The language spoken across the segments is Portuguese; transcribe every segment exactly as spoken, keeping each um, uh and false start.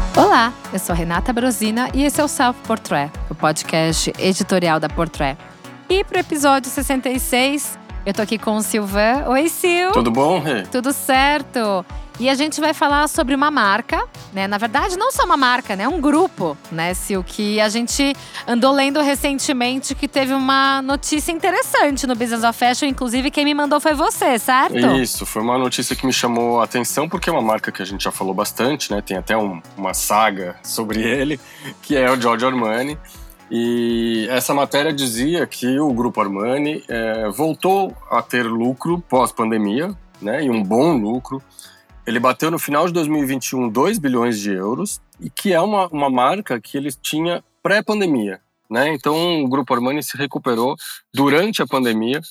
Olá, eu sou Renata Brosina e esse é o Self Portrait, o podcast editorial da Portrait. E pro episódio sessenta e seis, eu tô aqui com o Silvan. Oi, Sil! Tudo bom, Rê? Tudo certo! E a gente vai falar sobre uma marca, né? Na verdade, não só uma marca, né? Um grupo, né, Sil? Que a gente andou lendo recentemente que teve uma notícia interessante no Business of Fashion. Inclusive, quem me mandou foi você, certo? Isso, foi uma notícia que me chamou a atenção porque é uma marca que a gente já falou bastante, né? Tem até um, uma saga sobre ele, que é o Giorgio Armani. E essa matéria dizia que o Grupo Armani é, voltou a ter lucro pós-pandemia, né? E um bom lucro. Ele bateu no final de dois mil e vinte e um dois bilhões de euros, e que é uma, uma marca que ele tinha pré-pandemia, né? Então o Grupo Armani se recuperou durante a pandemia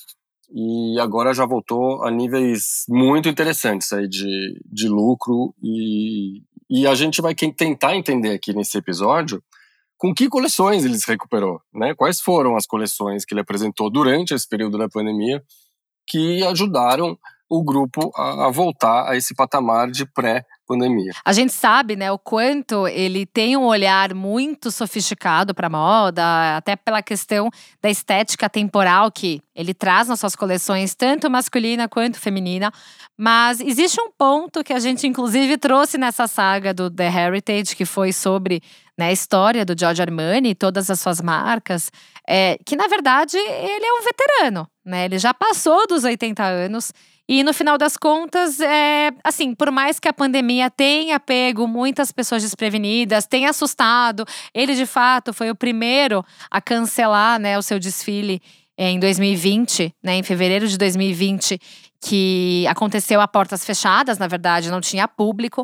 e agora já voltou a níveis muito interessantes aí de, de lucro. E, e a gente vai tentar entender aqui nesse episódio com que coleções ele se recuperou, né? Quais foram as coleções que ele apresentou durante esse período da pandemia que ajudaram o grupo a, a voltar a esse patamar de pré-pandemia. A gente sabe, né, o quanto ele tem um olhar muito sofisticado para moda, até pela questão da estética temporal que ele traz nas suas coleções, tanto masculina quanto feminina. Mas existe um ponto que a gente inclusive trouxe nessa saga do The Heritage, que foi sobre, né, a história do Giorgio Armani e todas as suas marcas, é, que na verdade ele é um veterano, né? Ele já passou dos oitenta anos. E no final das contas, é, assim, por mais que a pandemia tenha pego muitas pessoas desprevenidas, tenha assustado, ele de fato foi o primeiro a cancelar, né, o seu desfile em dois mil e vinte, né, em fevereiro de dois mil e vinte, que aconteceu a portas fechadas, na verdade, não tinha público.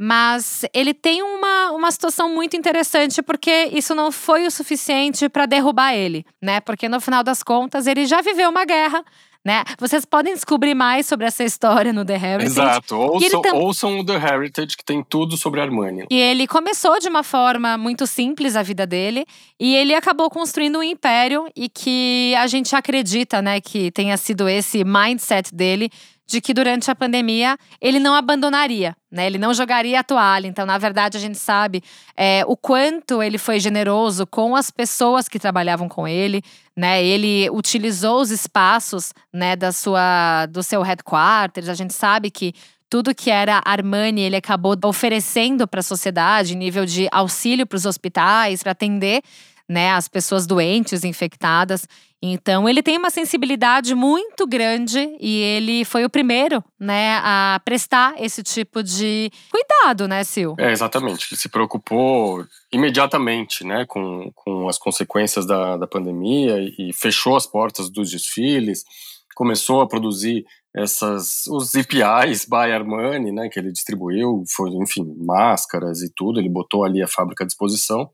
Mas ele tem uma, uma situação muito interessante, porque isso não foi o suficiente para derrubar ele, né? Porque no final das contas, ele já viveu uma guerra, né? Vocês podem descobrir mais sobre essa história no The Heritage. Exato, ouçam, tam... ouçam o The Heritage, que tem tudo sobre Armani. E ele começou de uma forma muito simples a vida dele, e ele acabou construindo um império, e que a gente acredita, né, que tenha sido esse mindset dele, de que durante a pandemia ele não abandonaria, né? Ele não jogaria a toalha. Então, na verdade, a gente sabe é, o quanto ele foi generoso com as pessoas que trabalhavam com ele, né? Ele utilizou os espaços, né, da sua, do seu headquarters. A gente sabe que tudo que era Armani, ele acabou oferecendo para a sociedade, em nível de auxílio para os hospitais, para atender, né, as pessoas doentes, infectadas. Então, ele tem uma sensibilidade muito grande e ele foi o primeiro, né, a prestar esse tipo de cuidado, né, Sil? É, exatamente. Ele se preocupou imediatamente, né, com, com as consequências da, da pandemia e, e fechou as portas dos desfiles, começou a produzir essas, os E P Is by Armani, né, que ele distribuiu, foi, enfim, máscaras e tudo, ele botou ali a fábrica à disposição.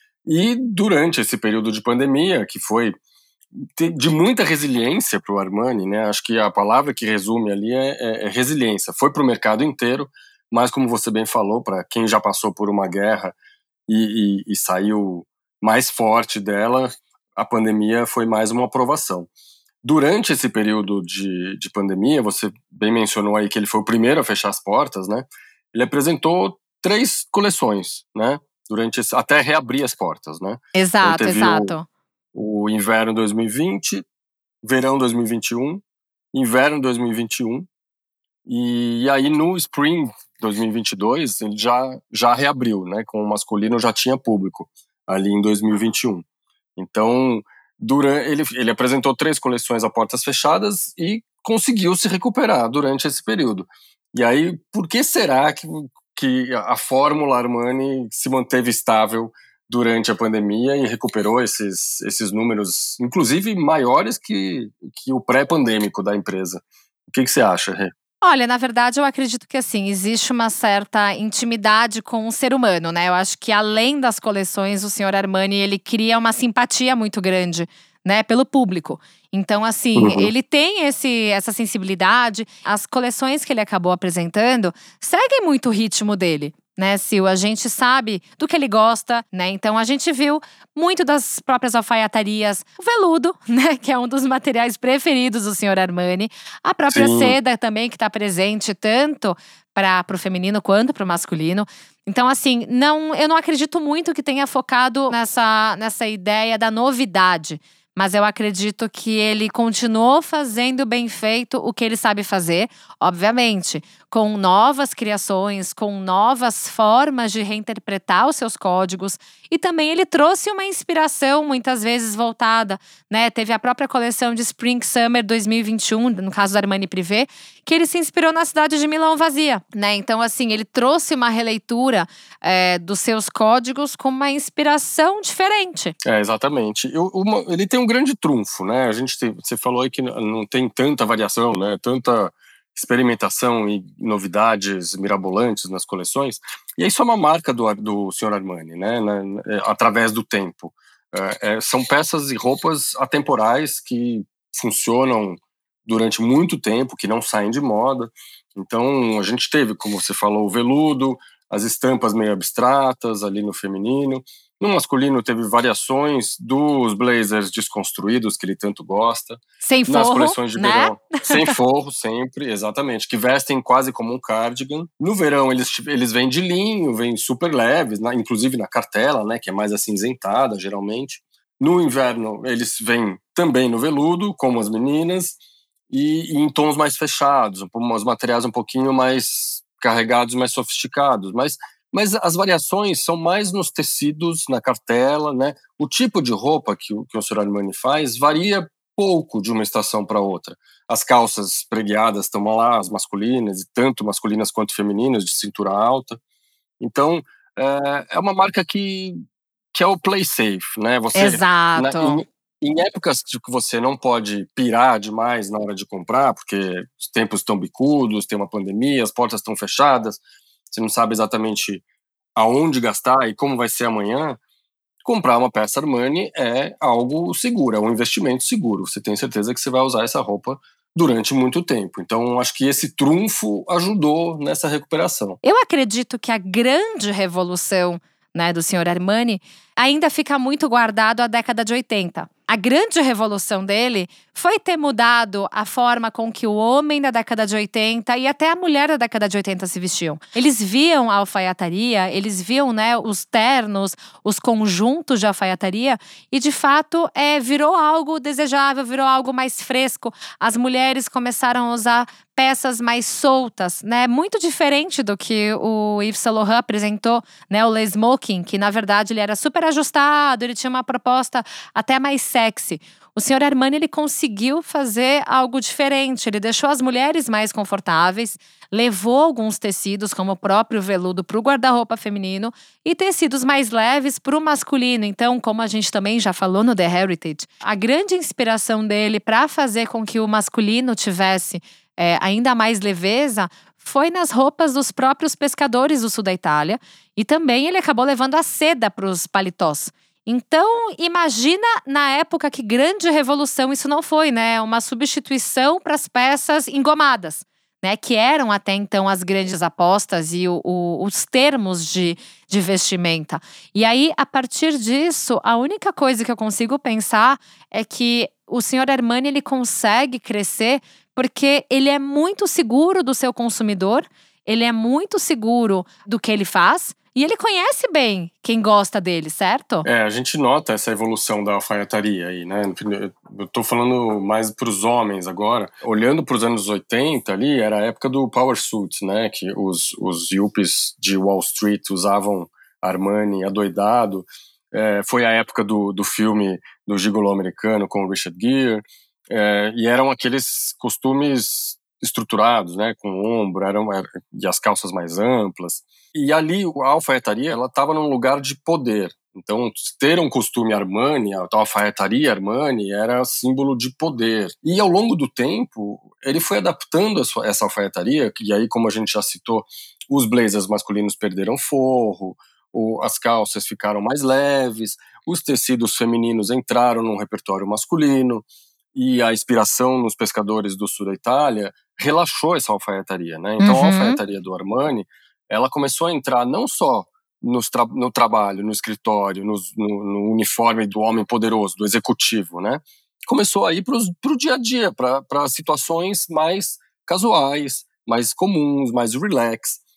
E durante esse período de pandemia, que foi de muita resiliência para o Armani, né? Acho que a palavra que resume ali é, é, é resiliência. Foi para o mercado inteiro, mas como você bem falou, para quem já passou por uma guerra e, e, e saiu mais forte dela, a pandemia foi mais uma aprovação. Durante esse período de, de pandemia, você bem mencionou aí que ele foi o primeiro a fechar as portas, né? Ele apresentou três coleções, né? Durante esse, até reabrir as portas, né? Exato, então, exato. O, o inverno dois mil e vinte, verão dois mil e vinte e um, inverno dois mil e vinte e um, e aí no Spring dois mil e vinte e dois ele já, já reabriu, né? Com o masculino já tinha público ali em dois mil e vinte e um. Então, durante, ele, ele apresentou três coleções a portas fechadas e conseguiu se recuperar durante esse período. E aí, por que será que que a fórmula Armani se manteve estável durante a pandemia e recuperou esses, esses números, inclusive maiores que, que o pré-pandêmico da empresa? O que, que você acha, Rê? Olha, na verdade, eu acredito que assim, existe uma certa intimidade com o ser humano, né? Eu acho que além das coleções, o senhor Armani, ele cria uma simpatia muito grande, né, pelo público. Então, assim, uhum. ele tem esse, essa sensibilidade. As coleções que ele acabou apresentando seguem muito o ritmo dele, né, Sil? A gente sabe do que ele gosta, né? Então, a gente viu muito das próprias alfaiatarias. O veludo, né, que é um dos materiais preferidos do senhor Armani. A própria Sim. seda também, que está presente tanto para o feminino quanto para o masculino. Então, assim, não, eu não acredito muito que tenha focado nessa, nessa ideia da novidade. Mas eu acredito que ele continuou fazendo bem feito o que ele sabe fazer, obviamente, com novas criações, com novas formas de reinterpretar os seus códigos. E também ele trouxe uma inspiração, muitas vezes voltada, né? Teve a própria coleção de Spring Summer dois mil e vinte e um, no caso do Armani Privé, que ele se inspirou na cidade de Milão vazia, né? Então, assim, ele trouxe uma releitura é, dos seus códigos com uma inspiração diferente. É, exatamente. Eu, uma, ele tem um grande trunfo, né? A gente tem, você falou aí que não tem tanta variação, né? Tanta experimentação e novidades mirabolantes nas coleções. E isso é uma marca do, do senhor Armani, né? Na, na, através do tempo. É, é, são peças e roupas atemporais que funcionam durante muito tempo, que não saem de moda. Então, a gente teve, como você falou, o veludo, as estampas meio abstratas ali no feminino. No masculino teve variações dos blazers desconstruídos, que ele tanto gosta. Sem forro, nas coleções de né? verão. Sem forro, sempre, exatamente. Que vestem quase como um cardigan. No verão eles, eles vêm de linho, vêm super leves, na, inclusive na cartela, né, que é mais acinzentada, geralmente. No inverno eles vêm também no veludo, como as meninas, e, e em tons mais fechados, uns materiais um pouquinho mais carregados, mais sofisticados. Mas Mas as variações são mais nos tecidos, na cartela, né? O tipo de roupa que o, que o senhor Armani faz varia pouco de uma estação para outra. As calças pregueadas estão lá, as masculinas, e tanto masculinas quanto femininas, de cintura alta. Então, é, é uma marca que, que é o play safe, né? Você, na, Exato. em, em épocas que você não pode pirar demais na hora de comprar, porque os tempos estão bicudos, tem uma pandemia, as portas estão fechadas, você não sabe exatamente aonde gastar e como vai ser amanhã, comprar uma peça Armani é algo seguro, é um investimento seguro. Você tem certeza que você vai usar essa roupa durante muito tempo. Então, acho que esse trunfo ajudou nessa recuperação. Eu acredito que a grande revolução, né, do senhor Armani ainda fica muito guardado à década de oitenta. A grande revolução dele foi ter mudado a forma com que o homem da década de oitenta e até a mulher da década de oitenta se vestiam. Eles viam a alfaiataria, eles viam, né, os ternos, os conjuntos de alfaiataria e, de fato, é, virou algo desejável, virou algo mais fresco. As mulheres começaram a usar peças mais soltas, né? Muito diferente do que o Yves Saint Laurent apresentou, né? O Le Smoking, que na verdade ele era super ajustado, ele tinha uma proposta até mais sexy. O senhor Armani, ele conseguiu fazer algo diferente. Ele deixou as mulheres mais confortáveis, levou alguns tecidos, como o próprio veludo, para o guarda-roupa feminino e tecidos mais leves para o masculino. Então, como a gente também já falou no The Heritage, a grande inspiração dele para fazer com que o masculino tivesse é, ainda mais leveza foi nas roupas dos próprios pescadores do sul da Itália. E também ele acabou levando a seda para os paletós. Então, imagina na época que grande revolução isso não foi, né? Uma substituição para as peças engomadas, né? Que eram até então as grandes apostas e o, o, os termos de, de vestimenta. E aí, a partir disso, a única coisa que eu consigo pensar é que o senhor Armani, ele consegue crescer porque ele é muito seguro do seu consumidor, ele é muito seguro do que ele faz. E ele conhece bem quem gosta dele, certo? É, a gente nota essa evolução da alfaiataria aí, né? Eu tô falando mais pros homens agora. Olhando pros anos oitenta ali, era a época do power suit, né? Que os, os yuppies de Wall Street usavam Armani adoidado. É, foi a época do, do filme do Gigolô americano com o Richard Gere. É, e eram aqueles costumes estruturados, né, com o ombro, eram, e as calças mais amplas. E ali a alfaiataria, ela estava num lugar de poder. Então, ter um costume Armani, a alfaiataria Armani, era símbolo de poder. E ao longo do tempo, ele foi adaptando essa alfaiataria, e aí, como a gente já citou, os blazers masculinos perderam forro, as calças ficaram mais leves, os tecidos femininos entraram num repertório masculino, e a inspiração nos pescadores do sul da Itália relaxou essa alfaiataria, né? Então, uhum. A alfaiataria do Armani, ela começou a entrar não só nos tra- no trabalho, no escritório, no, no, no uniforme do homem poderoso, do executivo, né? Começou a ir para o dia a dia, para situações mais casuais, mais comuns, mais relax.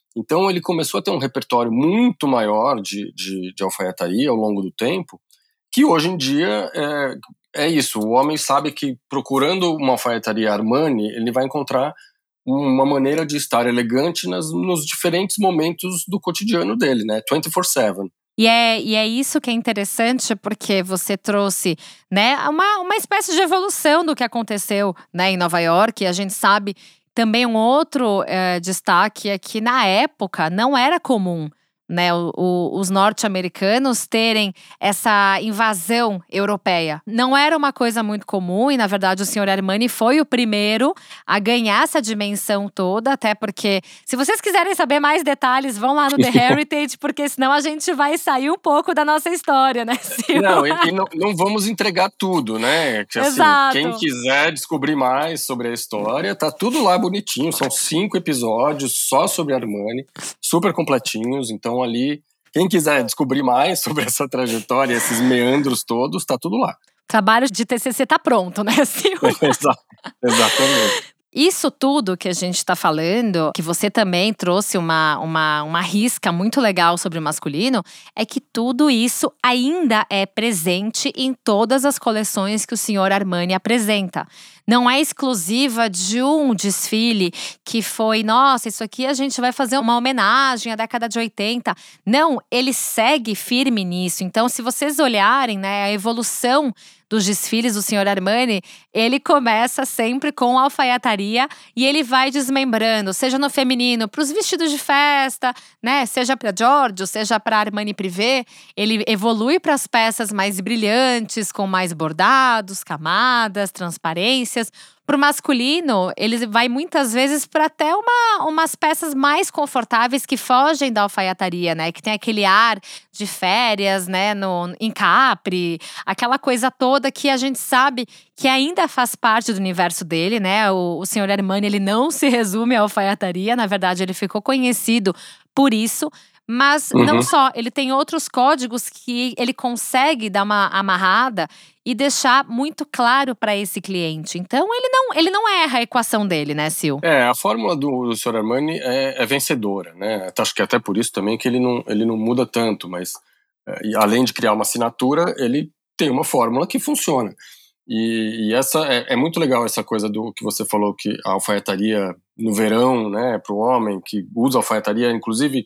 Então ele começou a ter um repertório muito maior de, de, de alfaiataria ao longo do tempo, que hoje em dia é, é isso. O homem sabe que procurando uma alfaiataria Armani, ele vai encontrar uma maneira de estar elegante nas, nos diferentes momentos do cotidiano dele, né? vinte e quatro sete. E é, e é isso que é interessante, porque você trouxe, né, uma, uma espécie de evolução do que aconteceu, né, em Nova York. E a gente sabe também um outro é, destaque é que na época não era comum, né, o, o, os norte-americanos terem essa invasão europeia. Não era uma coisa muito comum e, na verdade, o senhor Armani foi o primeiro a ganhar essa dimensão toda, até porque, se vocês quiserem saber mais detalhes, vão lá no The Heritage, porque senão a gente vai sair um pouco da nossa história, né, Sil? Não, e, e não, não vamos entregar tudo, né? Que, assim, Exato. Quem quiser descobrir mais sobre a história, tá tudo lá bonitinho. São cinco episódios só sobre Armani, super completinhos. Então ali, quem quiser descobrir mais sobre essa trajetória, esses meandros todos, tá tudo lá. Trabalho de T C C tá pronto, né, Sil? Exatamente. Isso tudo que a gente está falando, que você também trouxe uma, uma, uma risca muito legal sobre o masculino, é que tudo isso ainda é presente em todas as coleções que o senhor Armani apresenta. Não é exclusiva de um desfile que foi, nossa, isso aqui a gente vai fazer uma homenagem à década de oitenta. Não, ele segue firme nisso. Então, se vocês olharem, né, a evolução dos desfiles do senhor Armani, ele começa sempre com alfaiataria e ele vai desmembrando, seja no feminino, para os vestidos de festa, né? Seja para Giorgio, seja para Armani Privé, ele evolui para as peças mais brilhantes, com mais bordados, camadas, transparências. Pro masculino, ele vai muitas vezes para até uma, umas peças mais confortáveis que fogem da alfaiataria, né? Que tem aquele ar de férias, né? No, em Capri, aquela coisa toda que a gente sabe que ainda faz parte do universo dele, né? O, o senhor Armani, ele não se resume à alfaiataria, na verdade ele ficou conhecido por isso. Mas Uhum. não só, ele tem outros códigos que ele consegue dar uma amarrada e deixar muito claro para esse cliente. Então ele não, ele não erra a equação dele, né, Sil? É, a fórmula do, do senhor Armani é, é vencedora, né? Acho que até por isso também que ele não, ele não muda tanto, mas é, e além de criar uma assinatura, ele tem uma fórmula que funciona. E, e essa é, é muito legal, essa coisa do que você falou, que a alfaiataria no verão, né, para o homem que usa alfaiataria, inclusive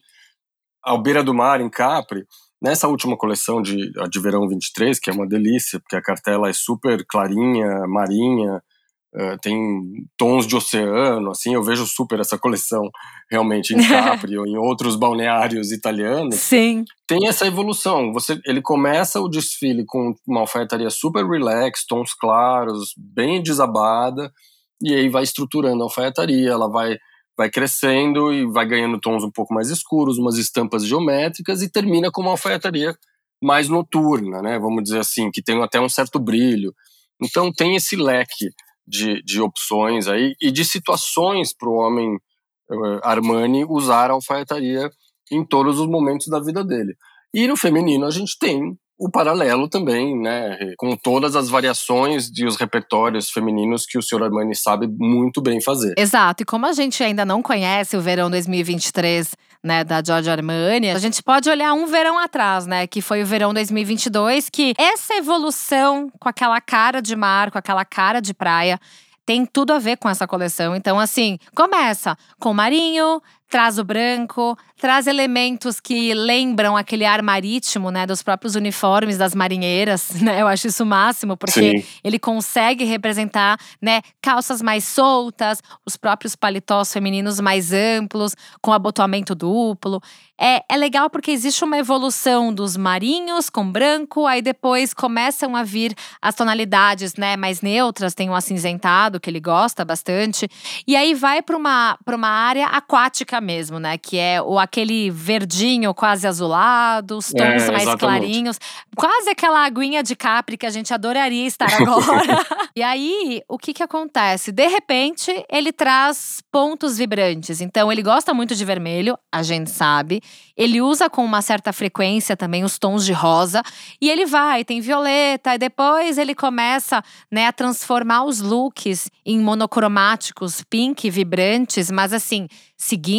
ao beira do mar, em Capri. Nessa última coleção de, de verão vinte e três, que é uma delícia, porque a cartela é super clarinha, marinha, uh, tem tons de oceano, assim, eu vejo super essa coleção realmente em Capri ou em outros balneários italianos. Sim. Tem essa evolução. Você, ele começa o desfile com uma alfaiataria super relax, tons claros, bem desabada, e aí vai estruturando a alfaiataria, ela vai vai crescendo e vai ganhando tons um pouco mais escuros, umas estampas geométricas, e termina com uma alfaiataria mais noturna, né? Vamos dizer assim, que tem até um certo brilho. Então tem esse leque de, de opções aí e de situações para o homem uh, Armani usar a alfaiataria em todos os momentos da vida dele. E no feminino a gente tem o paralelo também, né, com todas as variações de os repertórios femininos que o senhor Armani sabe muito bem fazer. Exato, e como a gente ainda não conhece o verão dois mil e vinte e três, né, da Giorgio Armani, a gente pode olhar um verão atrás, né, que foi o verão dois mil e vinte e dois, que essa evolução com aquela cara de mar, com aquela cara de praia, tem tudo a ver com essa coleção. Então, assim, começa com o marinho, traz o branco, traz elementos que lembram aquele ar marítimo, né, dos próprios uniformes das marinheiras, né? Eu acho isso o máximo, porque Sim. ele consegue representar, né, calças mais soltas, os próprios paletós femininos mais amplos, com abotoamento duplo. É, é legal porque existe uma evolução dos marinhos com branco, aí depois começam a vir as tonalidades, né, mais neutras, tem o acinzentado, que ele gosta bastante, e aí vai para uma, para uma área aquática mesmo, né, que é o, aquele verdinho quase azulado, os tons é, mais exatamente. clarinhos, quase aquela aguinha de Capri que a gente adoraria estar agora. E aí, o que que acontece? De repente, ele traz pontos vibrantes, então ele gosta muito de vermelho, a gente sabe. Ele usa com uma certa frequência também os tons de rosa. E ele vai, tem violeta. E depois ele começa, né, a transformar os looks em monocromáticos, pink, vibrantes. Mas assim, seguindo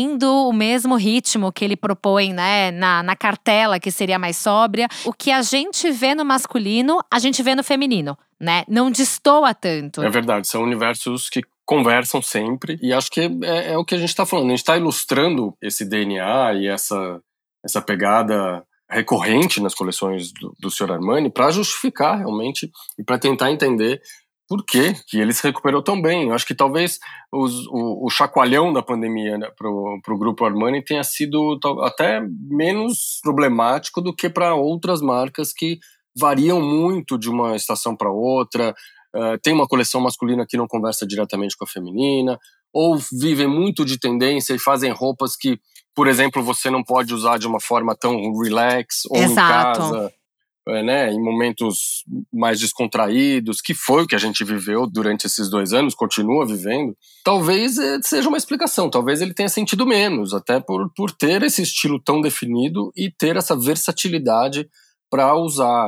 seguindo o mesmo ritmo que ele propõe, né, na, na cartela, que seria mais sóbria. O que a gente vê no masculino, a gente vê no feminino, né? Não destoa tanto. É verdade, são universos que conversam sempre. E acho que é, é o que a gente está falando. A gente está ilustrando esse D N A e essa, essa pegada recorrente nas coleções do, do senhor Armani para justificar realmente e para tentar entender por que que ele se recuperou tão bem. Eu acho que talvez os, o, o chacoalhão da pandemia, né, para o grupo Armani tenha sido até menos problemático do que para outras marcas que variam muito de uma estação para outra. Uh, tem uma coleção masculina que não conversa diretamente com a feminina, ou vivem muito de tendência e fazem roupas que, por exemplo, você não pode usar de uma forma tão relax, ou Exato. em casa, é, né, em momentos mais descontraídos, que foi o que a gente viveu durante esses dois anos, continua vivendo. Talvez é, seja uma explicação, talvez ele tenha sentido menos, até por, por ter esse estilo tão definido e ter essa versatilidade para usar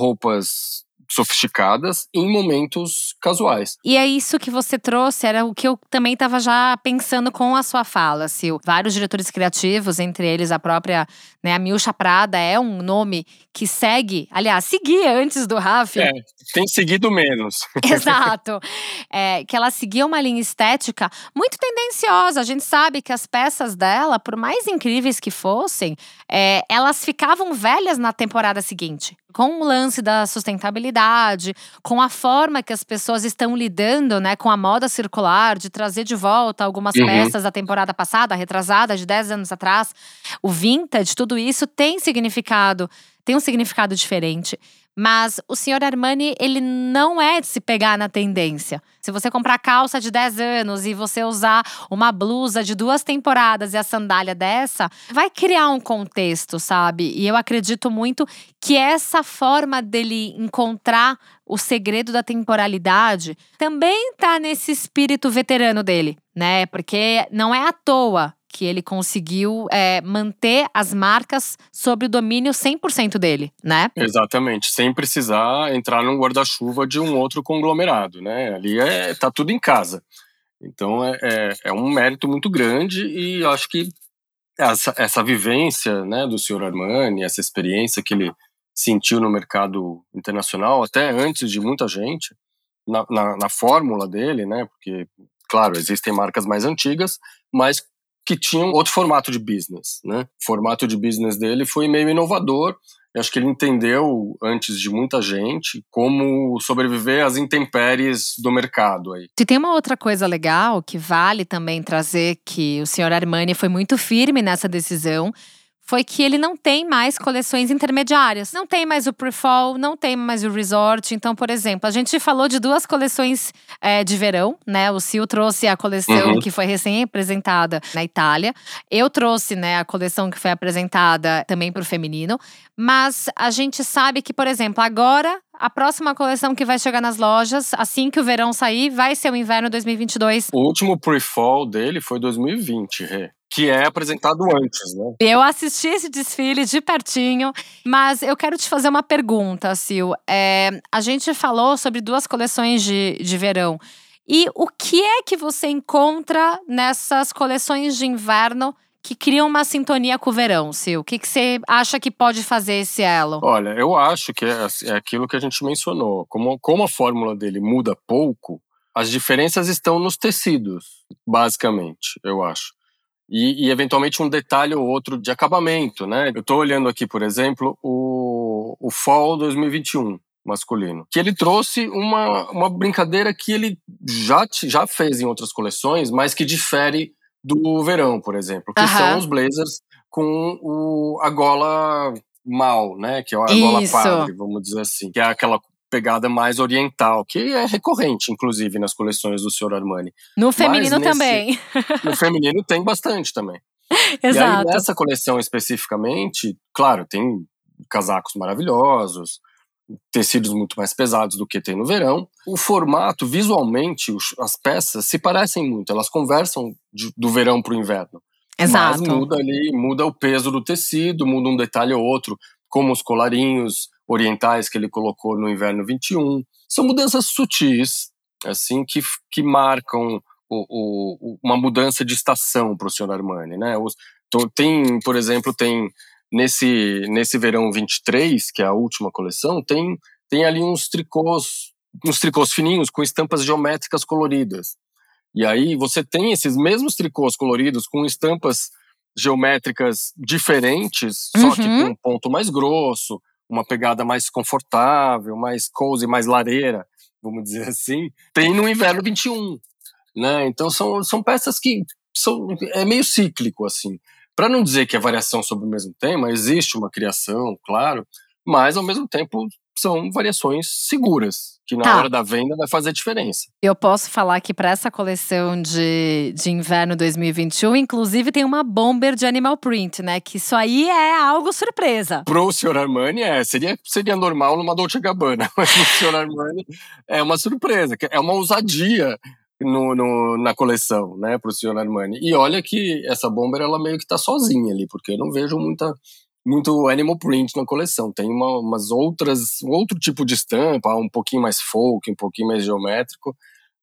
roupas sofisticadas em momentos casuais. E é isso que você trouxe, era o que eu também estava já pensando com a sua fala, Sil. Vários diretores criativos, entre eles a própria, né, a Milcha Prada é um nome que segue, aliás, seguia antes do Raf. É, tem seguido menos. Exato. É, que ela seguia uma linha estética muito tendenciosa. A gente sabe que as peças dela, por mais incríveis que fossem, é, elas ficavam velhas na temporada seguinte. Com o lance da sustentabilidade, com a forma que as pessoas estão lidando, né, com a moda circular, de trazer de volta algumas Uhum. peças da temporada passada, retrasada, de dez anos atrás. O vintage, tudo isso tem significado, tem um significado diferente. Mas o senhor Armani, ele não é de se pegar na tendência. Se você comprar calça de dez anos e você usar uma blusa de duas temporadas e a sandália dessa, vai criar um contexto, sabe? E eu acredito muito que essa forma dele encontrar o segredo da temporalidade também tá nesse espírito veterano dele, né? Porque não é à toa que ele conseguiu é, manter as marcas sob o domínio cem por cento dele, né? Exatamente, sem precisar entrar num guarda-chuva de um outro conglomerado, né? Ali é, tá tudo em casa. Então é, é, é um mérito muito grande e acho que essa, essa vivência, né, do senhor Armani, essa experiência que ele sentiu no mercado internacional, até antes de muita gente, na, na, na fórmula dele, né? Porque, claro, existem marcas mais antigas, mas que tinham outro formato de business, né? O formato de business dele foi meio inovador. Eu acho que ele entendeu, antes de muita gente, como sobreviver às intempéries do mercado aí. Se tem uma outra coisa legal que vale também trazer, que o senhor Armani foi muito firme nessa decisão, foi que ele não tem mais coleções intermediárias. Não tem mais o pre-fall, não tem mais o resort. Então, por exemplo, a gente falou de duas coleções é, de verão, né? O Sil trouxe a coleção Uhum. que foi recém-apresentada na Itália. Eu trouxe, né, a coleção que foi apresentada também para o feminino. Mas a gente sabe que, por exemplo, agora a próxima coleção que vai chegar nas lojas, assim que o verão sair, vai ser o inverno dois mil e vinte e dois. O último pre-fall dele foi dois mil e vinte, Rê, que é apresentado antes, né? Eu assisti esse desfile de pertinho, mas eu quero te fazer uma pergunta, Sil. É, a gente falou sobre duas coleções de, de verão. E o que é que você encontra nessas coleções de inverno que criam uma sintonia com o verão, Sil? O que, que você acha que pode fazer esse elo? Olha, eu acho que é, é aquilo que a gente mencionou. Como, como a fórmula dele muda pouco, as diferenças estão nos tecidos, basicamente, eu acho. E, e eventualmente um detalhe ou outro de acabamento, né? Eu tô olhando aqui, por exemplo, o, o Fall dois mil e vinte e um masculino, que ele trouxe uma, uma brincadeira que ele já, já fez em outras coleções, mas que difere do verão, por exemplo, que Aham. são os blazers com o, a gola mal, né? Que é a gola Isso. padre, vamos dizer assim, que é aquela pegada mais oriental, que é recorrente, inclusive, nas coleções do senhor Armani. No Mas feminino nesse- também. No feminino tem bastante também. E aí, Exato. nessa coleção especificamente, claro, tem casacos maravilhosos, tecidos muito mais pesados do que tem no verão. O formato, visualmente, os- as peças se parecem muito, elas conversam de- do verão para o inverno. Mas Exato. muda ali, muda o peso do tecido, muda um detalhe ou outro, como os colarinhos orientais que ele colocou no inverno vinte e um. São mudanças sutis, assim, que, que marcam o, o, uma mudança de estação para o senhor Armani, né? Os, tem, por exemplo, tem nesse, nesse verão vinte e três, que é a última coleção, tem, tem ali uns tricôs, uns tricôs fininhos com estampas geométricas coloridas. E aí você tem esses mesmos tricôs coloridos com estampas geométricas diferentes, Uhum. só que com um ponto mais grosso, uma pegada mais confortável, mais cozy, mais lareira, vamos dizer assim, tem no inverno vinte e um, né? Então são, são peças que são, é meio cíclico, assim. Para não dizer que é variação sobre o mesmo tema, existe uma criação, claro, mas ao mesmo tempo são variações seguras, que na Tá. hora da venda vai fazer diferença. Eu posso falar que para essa coleção de, de inverno dois mil e vinte e um, inclusive tem uma bomber de animal print, né? Que isso aí é algo surpresa. Pro senhor Armani, é, seria, seria normal numa Dolce Gabbana, mas pro senhor Armani é uma surpresa, é uma ousadia no, no, na coleção, né, pro senhor Armani. E olha que essa bomber, ela meio que tá sozinha ali, porque eu não vejo muita... muito animal print na coleção, tem uma, umas outras, um outro tipo de estampa, um pouquinho mais folk, um pouquinho mais geométrico,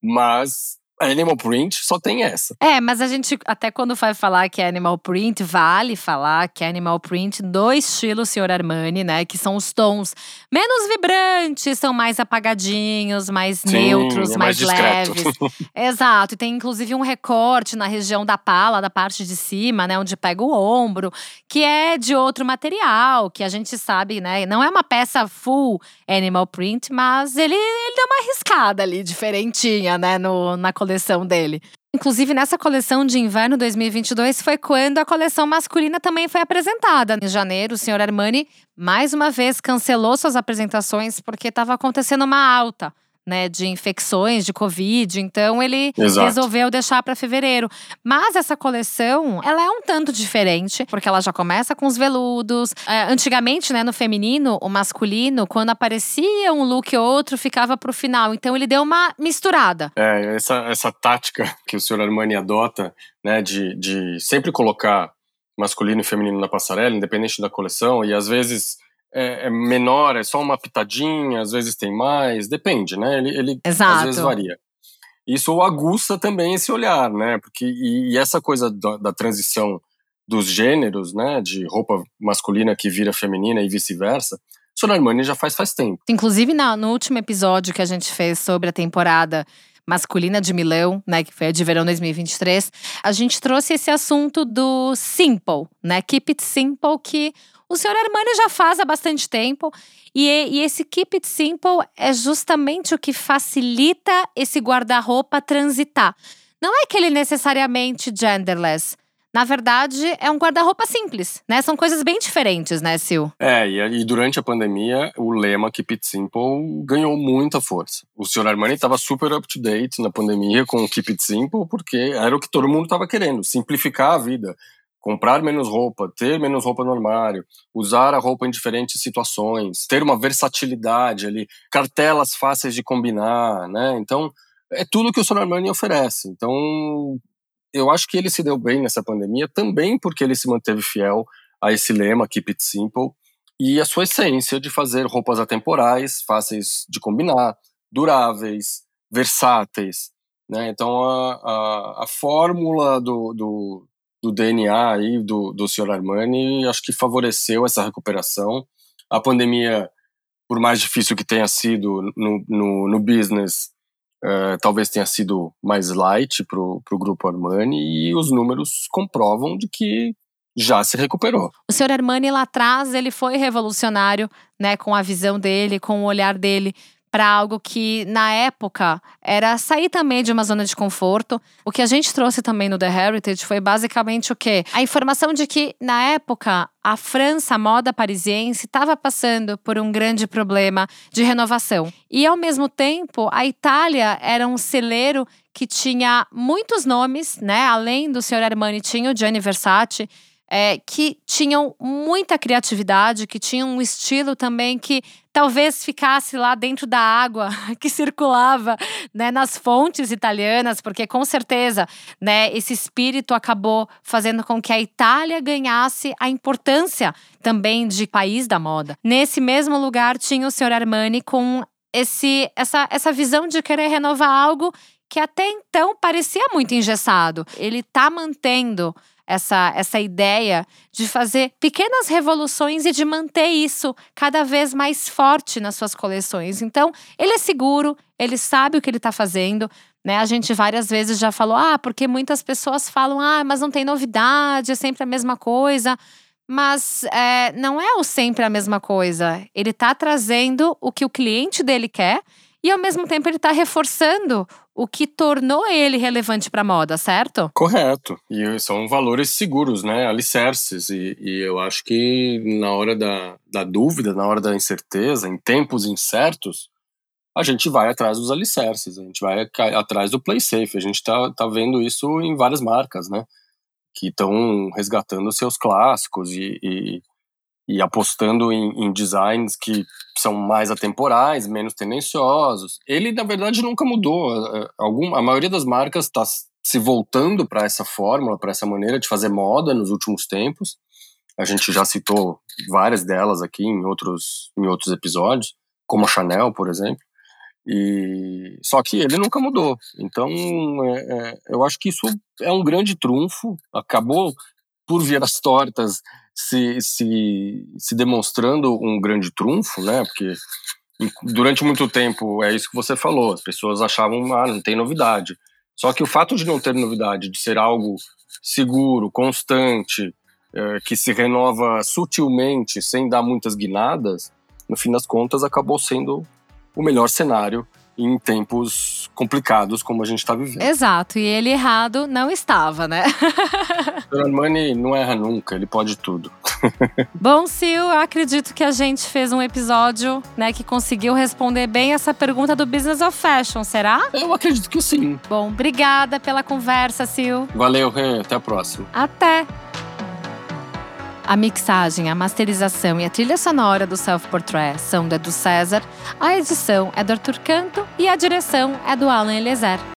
mas animal print só tem essa. É, mas a gente, até quando vai falar que é animal print, vale falar que é animal print do estilo senhor Armani, né? Que são os tons menos vibrantes, são mais apagadinhos, mais Sim, neutros, é mais, mais leves. Exato, e tem inclusive um recorte na região da pala, da parte de cima, né? Onde pega o ombro, que é de outro material, que a gente sabe, né? Não é uma peça full animal print, mas ele, ele deu uma arriscada ali, diferentinha, né? No, na coleção dele. Inclusive, nessa coleção de inverno dois mil e vinte e dois foi quando a coleção masculina também foi apresentada. Em janeiro, o senhor Armani, mais uma vez, cancelou suas apresentações porque estava acontecendo uma alta, né, de infecções, de Covid. Então, ele Exato. resolveu deixar para fevereiro. Mas essa coleção, ela é um tanto diferente, porque ela já começa com os veludos. É, antigamente, né, no feminino, o masculino, quando aparecia um look ou outro, ficava pro final. Então, ele deu uma misturada. É, essa, essa tática que o senhor Armani adota, né, de, de sempre colocar masculino e feminino na passarela, independente da coleção, e às vezes é, é menor, é só uma pitadinha, às vezes tem mais, depende, né, ele, ele Exato. às vezes varia. Isso aguça também esse olhar, né, porque, e, e essa coisa da, da transição dos gêneros, né, de roupa masculina que vira feminina e vice-versa, o senhor Armani já faz faz tempo. Inclusive, na, no último episódio que a gente fez sobre a temporada masculina de Milão, né, que foi a de verão dois mil e vinte e três, a gente trouxe esse assunto do simple, né, keep it simple, que o senhor Armani já faz há bastante tempo. E, e esse keep it simple é justamente o que facilita esse guarda-roupa transitar. Não é que ele necessariamente genderless. Na verdade, é um guarda-roupa simples, né? São coisas bem diferentes, né, Sil? É, e, e durante a pandemia, o lema Keep It Simple ganhou muita força. O senhor Armani estava super up-to-date na pandemia com o Keep It Simple, porque era o que todo mundo estava querendo, simplificar a vida. Comprar menos roupa, ter menos roupa no armário, usar a roupa em diferentes situações, ter uma versatilidade ali, cartelas fáceis de combinar, né? Então, é tudo que o senhor Armani oferece. Então, eu acho que ele se deu bem nessa pandemia também porque ele se manteve fiel a esse lema, Keep It Simple, e a sua essência de fazer roupas atemporais, fáceis de combinar, duráveis, versáteis, né? Então a, a, a fórmula do, do, do D N A aí do, do senhor Armani acho que favoreceu essa recuperação. A pandemia, por mais difícil que tenha sido no, no, no business, Uh, talvez tenha sido mais light pro, pro grupo Armani, e os números comprovam de que já se recuperou. O senhor Armani lá atrás, ele foi revolucionário, né, com a visão dele, com o olhar dele para algo que na época era sair também de uma zona de conforto. O que a gente trouxe também no The Heritage foi basicamente o quê? A informação de que na época a França, a moda parisiense, estava passando por um grande problema de renovação. E ao mesmo tempo, a Itália era um celeiro que tinha muitos nomes, né? Além do senhor Armani, tinha o Gianni Versace, É, que tinham muita criatividade, que tinham um estilo também que talvez ficasse lá dentro da água que circulava, né, nas fontes italianas, porque com certeza, né, esse espírito acabou fazendo com que a Itália ganhasse a importância também de país da moda. Nesse mesmo lugar tinha o senhor Armani com esse, essa, essa visão de querer renovar algo que até então parecia muito engessado. Ele tá mantendo essa, essa ideia de fazer pequenas revoluções e de manter isso cada vez mais forte nas suas coleções. Então, ele é seguro, ele sabe o que ele está fazendo, né? A gente várias vezes já falou, ah, porque muitas pessoas falam, ah, mas não tem novidade, é sempre a mesma coisa. Mas é, não é o sempre a mesma coisa. Ele está trazendo o que o cliente dele quer e, ao mesmo tempo, ele está reforçando o que tornou ele relevante para a moda, certo? Correto. E são valores seguros, né? Alicerces. E, e eu acho que na hora da, da dúvida, na hora da incerteza, em tempos incertos, a gente vai atrás dos alicerces. A gente vai atrás do play safe. A gente está tá vendo isso em várias marcas, né? Que estão resgatando seus clássicos e, e, e apostando em, em designs que são mais atemporais, menos tendenciosos. Ele, na verdade, nunca mudou. Algum, a maioria das marcas está se voltando para essa fórmula, para essa maneira de fazer moda nos últimos tempos. A gente já citou várias delas aqui em outros, em outros episódios, como a Chanel, por exemplo. E só que ele nunca mudou. Então é, é, eu acho que isso é um grande trunfo. Acabou por via das tortas se, se, se demonstrando um grande trunfo, né? Porque durante muito tempo é isso que você falou, as pessoas achavam, ah, não tem novidade. Só que o fato de não ter novidade, de ser algo seguro, constante, é, que se renova sutilmente, sem dar muitas guinadas, no fim das contas acabou sendo o melhor cenário em tempos complicados como a gente está vivendo. Exato, e ele errado não estava, né? O Armani não erra nunca, ele pode tudo. Bom, Sil, eu acredito que a gente fez um episódio, né, que conseguiu responder bem essa pergunta do Business of Fashion, será? Eu acredito que sim. Bom, obrigada pela conversa, Sil. Valeu, Rê, até a próxima. Até! A mixagem, a masterização e a trilha sonora do Self Portrait são da Edu César, a edição é do Arthur Canto e a direção é do Alan Eliezer.